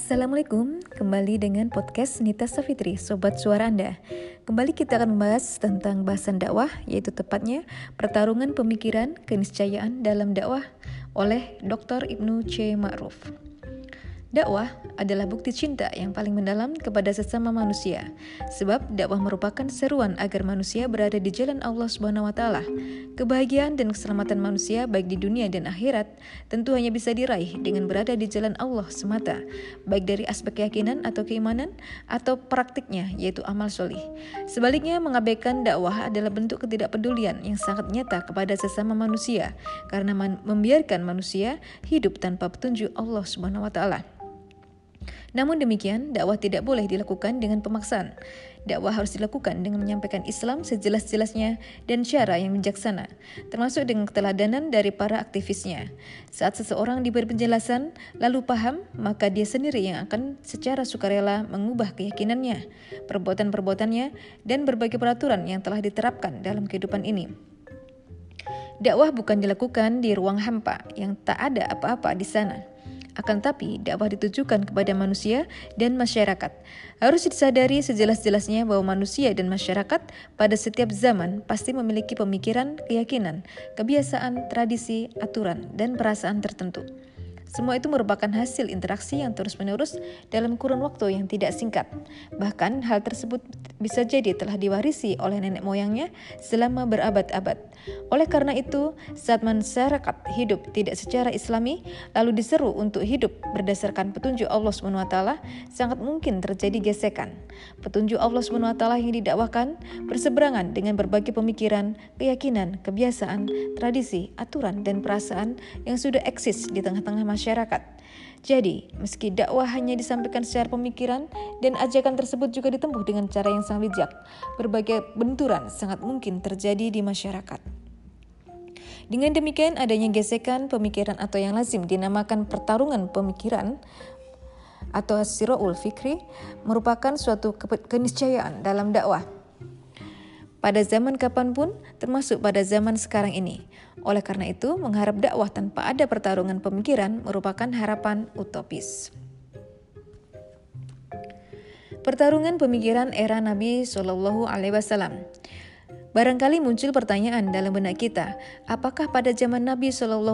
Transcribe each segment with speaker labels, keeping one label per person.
Speaker 1: Assalamualaikum, kembali dengan podcast Nita Safitri, Sobat Suara Anda. Kembali kita akan membahas tentang bahasan dakwah, yaitu tepatnya pertarungan pemikiran keniscayaan dalam dakwah oleh Dr. Ibnu C. Ma'ruf. Dakwah adalah bukti cinta yang paling mendalam kepada sesama manusia, sebab dakwah merupakan seruan agar manusia berada di jalan Allah Subhanahu wa Ta'ala. Kebahagiaan dan keselamatan manusia baik di dunia dan akhirat tentu hanya bisa diraih dengan berada di jalan Allah semata, baik dari aspek keyakinan atau keimanan atau praktiknya, yaitu amal solih. Sebaliknya, mengabaikan dakwah adalah bentuk ketidakpedulian yang sangat nyata kepada sesama manusia, karena membiarkan manusia hidup tanpa petunjuk Allah Subhanahu wa Ta'ala. Namun demikian, dakwah tidak boleh dilakukan dengan pemaksaan. Dakwah harus dilakukan dengan menyampaikan Islam sejelas-jelasnya dan cara yang bijaksana, termasuk dengan keteladanan dari para aktivisnya. Saat seseorang diberi penjelasan, lalu paham, maka dia sendiri yang akan secara sukarela mengubah keyakinannya, perbuatan-perbuatannya, dan berbagai peraturan yang telah diterapkan dalam kehidupan ini. Dakwah bukan dilakukan di ruang hampa yang tak ada apa-apa di sana. Akan tapi, dakwah ditujukan kepada manusia dan masyarakat. Harus disadari sejelas-jelasnya bahwa manusia dan masyarakat pada setiap zaman pasti memiliki pemikiran, keyakinan, kebiasaan, tradisi, aturan, dan perasaan tertentu. Semua itu merupakan hasil interaksi yang terus-menerus dalam kurun waktu yang tidak singkat. Bahkan hal tersebut bisa jadi telah diwarisi oleh nenek moyangnya selama berabad-abad. Oleh karena itu, saat masyarakat hidup tidak secara Islami, lalu diseru untuk hidup berdasarkan petunjuk Allah SWT, sangat mungkin terjadi gesekan. Petunjuk Allah SWT yang didakwakan berseberangan dengan berbagai pemikiran, keyakinan, kebiasaan, tradisi, aturan, dan perasaan yang sudah eksis di tengah-tengah masyarakat. Jadi, meski dakwah hanya disampaikan secara pemikiran dan ajakan tersebut juga ditempuh dengan cara yang sangat bijak, berbagai benturan sangat mungkin terjadi di masyarakat. Dengan demikian, adanya gesekan pemikiran atau yang lazim dinamakan pertarungan pemikiran atau sira'ul fikri merupakan suatu keniscayaan dalam dakwah. Pada zaman kapanpun, termasuk pada zaman sekarang ini. Oleh karena itu, mengharap dakwah tanpa ada pertarungan pemikiran merupakan harapan utopis. Pertarungan pemikiran era Nabi SAW. Barangkali muncul pertanyaan dalam benak kita, apakah pada zaman Nabi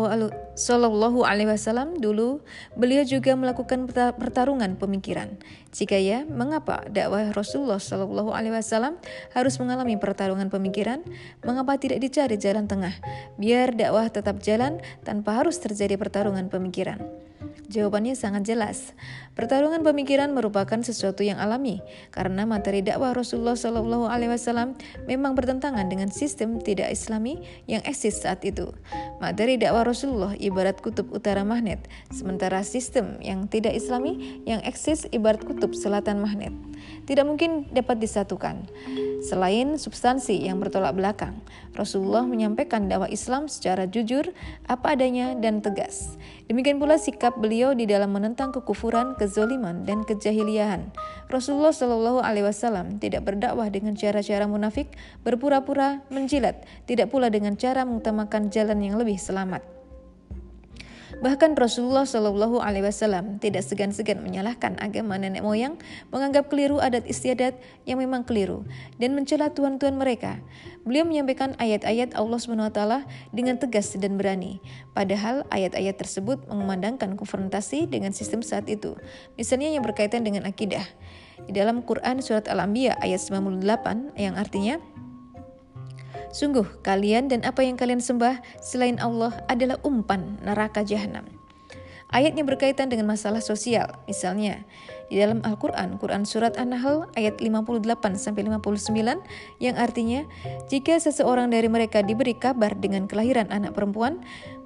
Speaker 1: SAW dulu beliau juga melakukan pertarungan pemikiran? Jika ya, mengapa dakwah Rasulullah SAW harus mengalami pertarungan pemikiran? Mengapa tidak dicari jalan tengah, biar dakwah tetap jalan tanpa harus terjadi pertarungan pemikiran? Jawabannya sangat jelas. Pertarungan pemikiran merupakan sesuatu yang alami karena materi dakwah Rasulullah SAW memang bertentangan dengan sistem tidak Islami yang eksis saat itu. Materi dakwah Rasulullah ibarat kutub utara magnet, sementara sistem yang tidak Islami yang eksis ibarat kutub selatan magnet. Tidak mungkin dapat disatukan. Selain substansi yang bertolak belakang, Rasulullah menyampaikan dakwah Islam secara jujur, apa adanya, dan tegas. Demikian pula sikap beliau di dalam menentang kekufuran, kezaliman, dan kejahiliahan. Rasulullah SAW tidak berdakwah dengan cara-cara munafik, berpura-pura, menjilat, tidak pula dengan cara mengutamakan jalan yang lebih selamat. Bahkan Rasulullah SAW tidak segan-segan menyalahkan agama nenek moyang, menganggap keliru adat istiadat yang memang keliru, dan mencela tuhan-tuhan mereka. Beliau menyampaikan ayat-ayat Allah SWT dengan tegas dan berani. Padahal ayat-ayat tersebut mengumandangkan konfrontasi dengan sistem saat itu. Misalnya yang berkaitan dengan akidah. Di dalam Quran Surat Al-Anbiya ayat 98 yang artinya, sungguh kalian dan apa yang kalian sembah selain Allah adalah umpan neraka jahanam. Ayat yang berkaitan dengan masalah sosial, misalnya di dalam Al-Quran, Quran Surat An-Nahl ayat 58-59 yang artinya, jika seseorang dari mereka diberi kabar dengan kelahiran anak perempuan,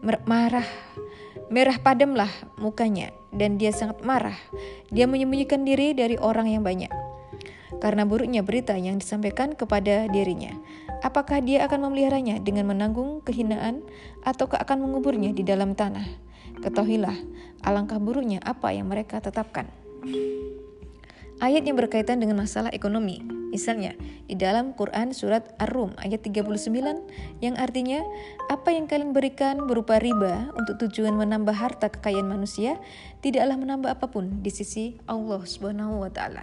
Speaker 1: merah padamlah mukanya dan dia sangat marah. Dia menyembunyikan diri dari orang yang banyak karena buruknya berita yang disampaikan kepada dirinya. Apakah dia akan memeliharanya dengan menanggung kehinaan ataukah akan menguburnya di dalam tanah? Ketahuilah, alangkah buruknya apa yang mereka tetapkan. Ayat yang berkaitan dengan masalah ekonomi. Misalnya, di dalam Quran surat Ar-Rum ayat 39 yang artinya, apa yang kalian berikan berupa riba untuk tujuan menambah harta kekayaan manusia, tidaklah menambah apapun di sisi Allah Subhanahu wa Ta'ala.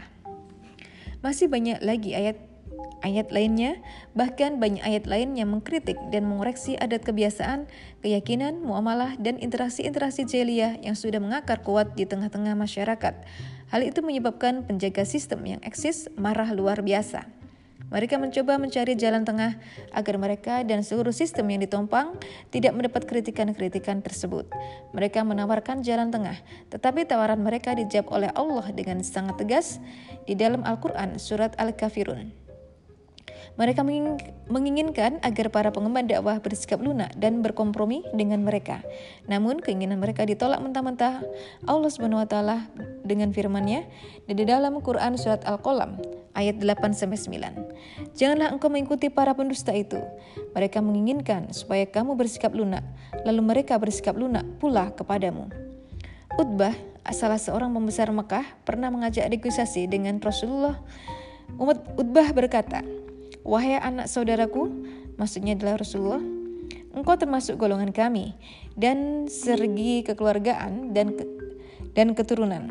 Speaker 1: Masih banyak lagi ayat lainnya, bahkan banyak ayat lain yang mengkritik dan mengoreksi adat kebiasaan, keyakinan, muamalah, dan interaksi-interaksi jahiliyah yang sudah mengakar kuat di tengah-tengah masyarakat. Hal itu menyebabkan penjaga sistem yang eksis marah luar biasa. Mereka mencoba mencari jalan tengah agar mereka dan seluruh sistem yang ditompang tidak mendapat kritikan-kritikan tersebut. Mereka menawarkan jalan tengah, tetapi tawaran mereka dijawab oleh Allah dengan sangat tegas di dalam Al-Quran surat Al-Kafirun. Mereka menginginkan agar para pengemban dakwah bersikap lunak dan berkompromi dengan mereka. Namun keinginan mereka ditolak mentah-mentah Allah Subhanahu wa Ta'ala dengan firman-Nya di dalam Quran surat Al-Qalam ayat 8-9. Janganlah engkau mengikuti para pendusta itu. Mereka menginginkan supaya kamu bersikap lunak, lalu mereka bersikap lunak pula kepadamu. Utbah, salah seorang pembesar Mekah, pernah mengajak negosiasi dengan Rasulullah. Utbah berkata, "Wahai anak saudaraku," maksudnya adalah Rasulullah, "engkau termasuk golongan kami dan segi kekeluargaan dan keturunan.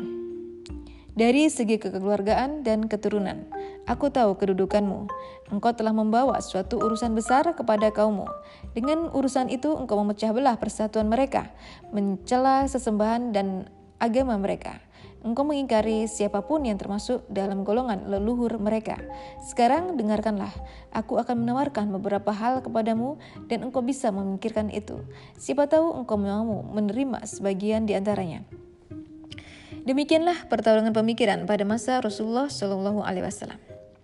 Speaker 1: Dari segi kekeluargaan dan keturunan, aku tahu kedudukanmu. Engkau telah membawa suatu urusan besar kepada kaummu. Dengan urusan itu engkau memecah belah persatuan mereka, mencela sesembahan dan agama mereka. Engkau mengingkari siapapun yang termasuk dalam golongan leluhur mereka. Sekarang dengarkanlah, aku akan menawarkan beberapa hal kepadamu dan engkau bisa memikirkan itu. Siapa tahu engkau mau menerima sebagian di antaranya." Demikianlah pertarungan pemikiran pada masa Rasulullah SAW.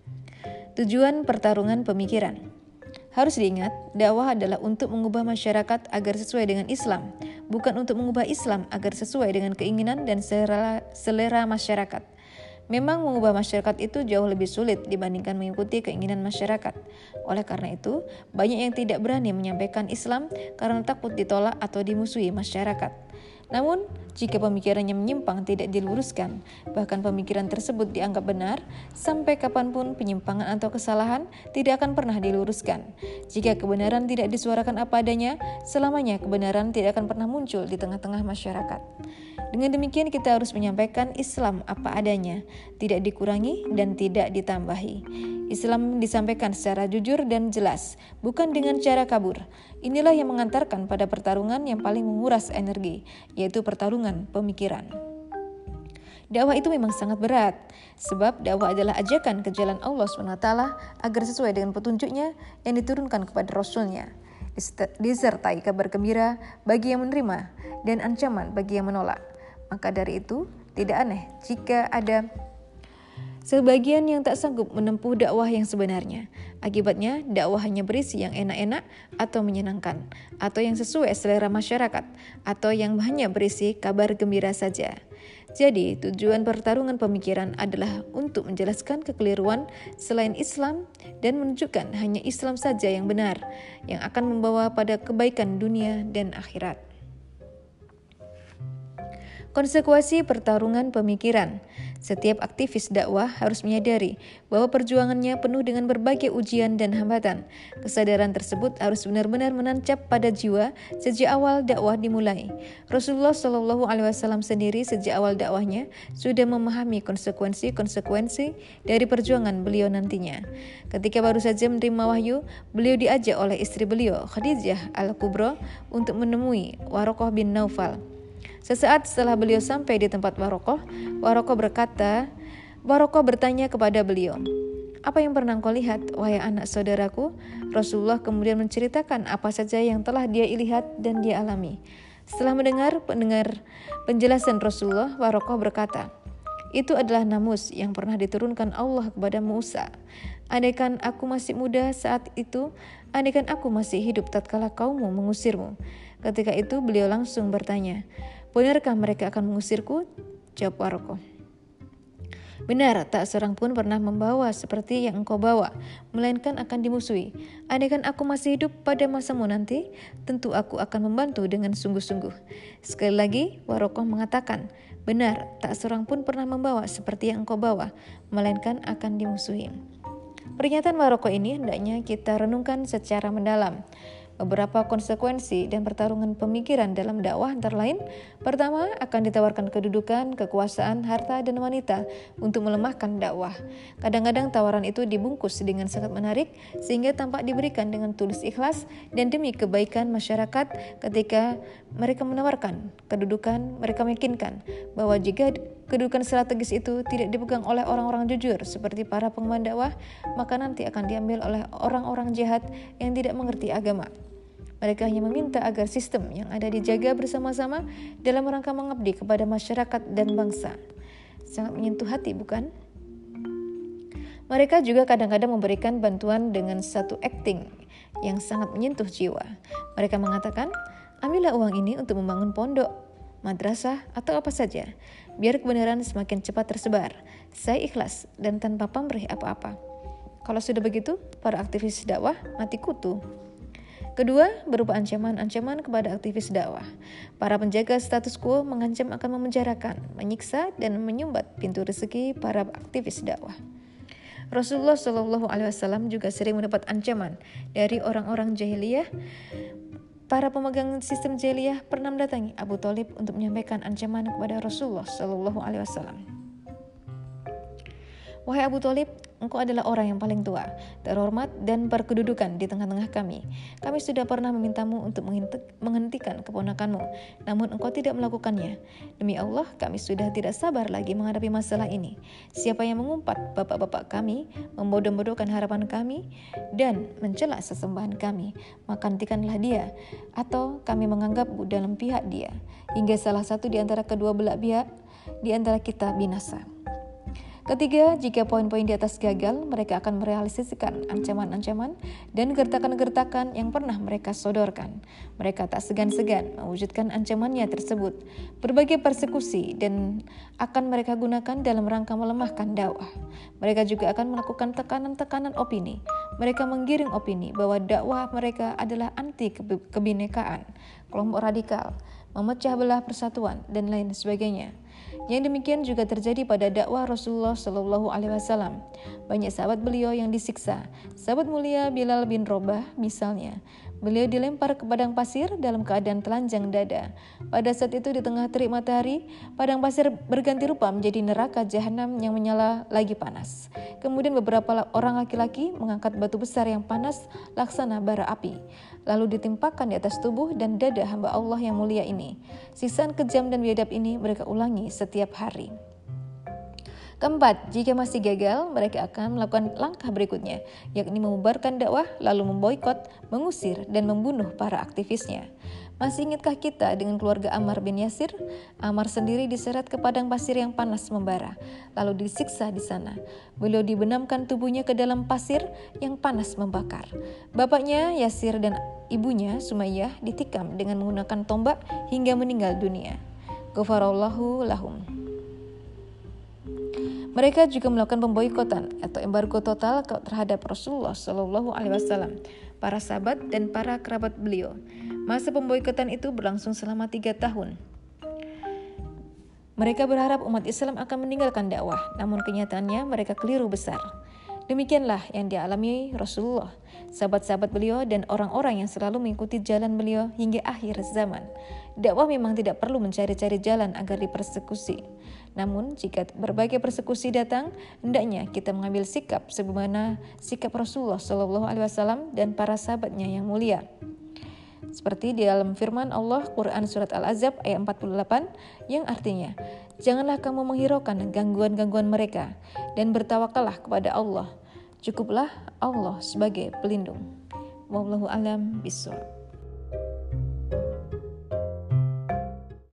Speaker 1: Tujuan pertarungan pemikiran. Harus diingat, dakwah adalah untuk mengubah masyarakat agar sesuai dengan Islam, bukan untuk mengubah Islam agar sesuai dengan keinginan dan selera masyarakat. Memang mengubah masyarakat itu jauh lebih sulit dibandingkan mengikuti keinginan masyarakat. Oleh karena itu, banyak yang tidak berani menyampaikan Islam karena takut ditolak atau dimusuhi masyarakat. Namun, jika pemikirannya menyimpang tidak diluruskan, bahkan pemikiran tersebut dianggap benar, sampai kapanpun penyimpangan atau kesalahan tidak akan pernah diluruskan. Jika kebenaran tidak disuarakan apa adanya, selamanya kebenaran tidak akan pernah muncul di tengah-tengah masyarakat. Dengan demikian kita harus menyampaikan Islam apa adanya, tidak dikurangi dan tidak ditambahi. Islam disampaikan secara jujur dan jelas, bukan dengan cara kabur. Inilah yang mengantarkan pada pertarungan yang paling menguras energi, yaitu pertarungan pemikiran. Dakwah itu memang sangat berat, sebab dakwah adalah ajakan ke jalan Allah SWT agar sesuai dengan petunjuknya yang diturunkan kepada Rasul-Nya, disertai kabar gembira bagi yang menerima dan ancaman bagi yang menolak. Maka dari itu, tidak aneh jika ada sebagian yang tak sanggup menempuh dakwah yang sebenarnya. Akibatnya, dakwah hanya berisi yang enak-enak atau menyenangkan, atau yang sesuai selera masyarakat, atau yang hanya berisi kabar gembira saja. Jadi, tujuan pertarungan pemikiran adalah untuk menjelaskan kekeliruan selain Islam dan menunjukkan hanya Islam saja yang benar, yang akan membawa pada kebaikan dunia dan akhirat. Konsekuensi pertarungan pemikiran. Setiap aktivis dakwah harus menyadari bahwa perjuangannya penuh dengan berbagai ujian dan hambatan. Kesadaran tersebut harus benar-benar menancap pada jiwa sejak awal dakwah dimulai. Rasulullah SAW sendiri sejak awal dakwahnya sudah memahami konsekuensi-konsekuensi dari perjuangan beliau nantinya. Ketika baru saja menerima wahyu, beliau diajak oleh istri beliau, Khadijah Al-Kubra, untuk menemui Waraqah bin Naufal. Sesaat setelah beliau sampai di tempat Waraqah bertanya kepada beliau, "Apa yang pernah kau lihat, wahai anak saudaraku?" Rasulullah kemudian menceritakan apa saja yang telah dia lihat dan dia alami. Setelah mendengar penjelasan Rasulullah, Waraqah berkata, "Itu adalah namus yang pernah diturunkan Allah kepada Musa. Andaikan aku masih muda saat itu, andaikan aku masih hidup tatkala kaummu mengusirmu." Ketika itu beliau langsung bertanya, "Benarkah mereka akan mengusirku?" Jawab Waraqah, "Benar, tak seorang pun pernah membawa seperti yang engkau bawa, melainkan akan dimusuhi. Andaikan aku masih hidup pada masamu nanti, tentu aku akan membantu dengan sungguh-sungguh." Sekali lagi, Waraqah mengatakan, "Benar, tak seorang pun pernah membawa seperti yang engkau bawa, melainkan akan dimusuhi." Pernyataan Maroko ini hendaknya kita renungkan secara mendalam. Beberapa konsekuensi dan pertarungan pemikiran dalam dakwah antara lain, pertama, akan ditawarkan kedudukan, kekuasaan, harta, dan wanita untuk melemahkan dakwah. Kadang-kadang tawaran itu dibungkus dengan sangat menarik sehingga tampak diberikan dengan tulus ikhlas dan demi kebaikan masyarakat. Ketika mereka menawarkan kedudukan, mereka meyakinkan bahwa jika kedudukan strategis itu tidak dipegang oleh orang-orang jujur seperti para pengemban dakwah, maka nanti akan diambil oleh orang-orang jahat yang tidak mengerti agama. Mereka hanya meminta agar sistem yang ada dijaga bersama-sama dalam rangka mengabdi kepada masyarakat dan bangsa. Sangat menyentuh hati, bukan? Mereka juga kadang-kadang memberikan bantuan dengan satu acting yang sangat menyentuh jiwa. Mereka mengatakan, ambillah uang ini untuk membangun pondok, madrasah, atau apa saja. Biar kebenaran semakin cepat tersebar. Saya ikhlas dan tanpa pamrih apa-apa. Kalau sudah begitu, para aktivis dakwah mati kutu. Kedua, berupa ancaman-ancaman kepada aktivis dakwah. Para penjaga status quo mengancam akan memenjarakan, menyiksa, dan menyumbat pintu rezeki para aktivis dakwah. Rasulullah SAW juga sering mendapat ancaman dari orang-orang jahiliyah. Para pemegang sistem jahiliyah pernah mendatangi Abu Thalib untuk menyampaikan ancaman kepada Rasulullah SAW. Wahai Abu Thalib, engkau adalah orang yang paling tua, terhormat, dan berkedudukan di tengah-tengah kami. Kami sudah pernah memintamu untuk menghentikan keponakanmu, namun engkau tidak melakukannya. Demi Allah, kami sudah tidak sabar lagi menghadapi masalah ini. Siapa yang mengumpat bapak-bapak kami, membodoh-bodohkan harapan kami, dan mencela sesembahan kami, maka hentikanlah dia, atau kami menganggapmu dalam pihak dia, hingga salah satu di antara kedua belah pihak di antara kita binasa. Ketiga, jika poin-poin di atas gagal, mereka akan merealisasikan ancaman-ancaman dan gertakan-gertakan yang pernah mereka sodorkan. Mereka tak segan-segan mewujudkan ancamannya tersebut. Berbagai persekusi dan akan mereka gunakan dalam rangka melemahkan dakwah. Mereka juga akan melakukan tekanan-tekanan opini. Mereka menggiring opini bahwa dakwah mereka adalah anti kebinekaan, kelompok radikal, memecah belah persatuan, dan lain sebagainya. Yang demikian juga terjadi pada dakwah Rasulullah SAW. Banyak sahabat beliau yang disiksa. Sahabat mulia Bilal bin Rabah misalnya, beliau dilempar ke padang pasir dalam keadaan telanjang dada. Pada saat itu di tengah terik matahari, padang pasir berganti rupa menjadi neraka jahanam yang menyala lagi panas. Kemudian beberapa orang laki-laki mengangkat batu besar yang panas laksana bara api, lalu ditimpakan di atas tubuh dan dada hamba Allah yang mulia ini. Siksaan kejam dan biadab ini mereka ulangi setiap hari. Keempat, jika masih gagal, mereka akan melakukan langkah berikutnya, yakni membubarkan dakwah, lalu memboikot, mengusir, dan membunuh para aktivisnya. Masih ingatkah kita dengan keluarga Ammar bin Yasir? Ammar sendiri diseret ke padang pasir yang panas membara, lalu disiksa di sana. Beliau dibenamkan tubuhnya ke dalam pasir yang panas membakar. Bapaknya Yasir dan ibunya Sumayyah ditikam dengan menggunakan tombak hingga meninggal dunia. Ghafarallahu lahum. Mereka juga melakukan pemboikotan atau embargo total terhadap Rasulullah SAW, para sahabat dan para kerabat beliau. Masa pemboikotan itu berlangsung selama 3 tahun. Mereka berharap umat Islam akan meninggalkan dakwah, namun kenyataannya mereka keliru besar. Demikianlah yang dialami Rasulullah, sahabat-sahabat beliau, dan orang-orang yang selalu mengikuti jalan beliau hingga akhir zaman. Dakwah memang tidak perlu mencari-cari jalan agar dipersekusi. Namun, jika berbagai persekusi datang, hendaknya kita mengambil sikap sebagaimana sikap Rasulullah SAW dan para sahabatnya yang mulia. Seperti di dalam firman Allah Quran Surat Al-Ahzab ayat 48 yang artinya, janganlah kamu menghiraukan gangguan-gangguan mereka dan bertawakallah kepada Allah. Cukuplah Allah sebagai pelindung. Wallahu a'lam bishawab.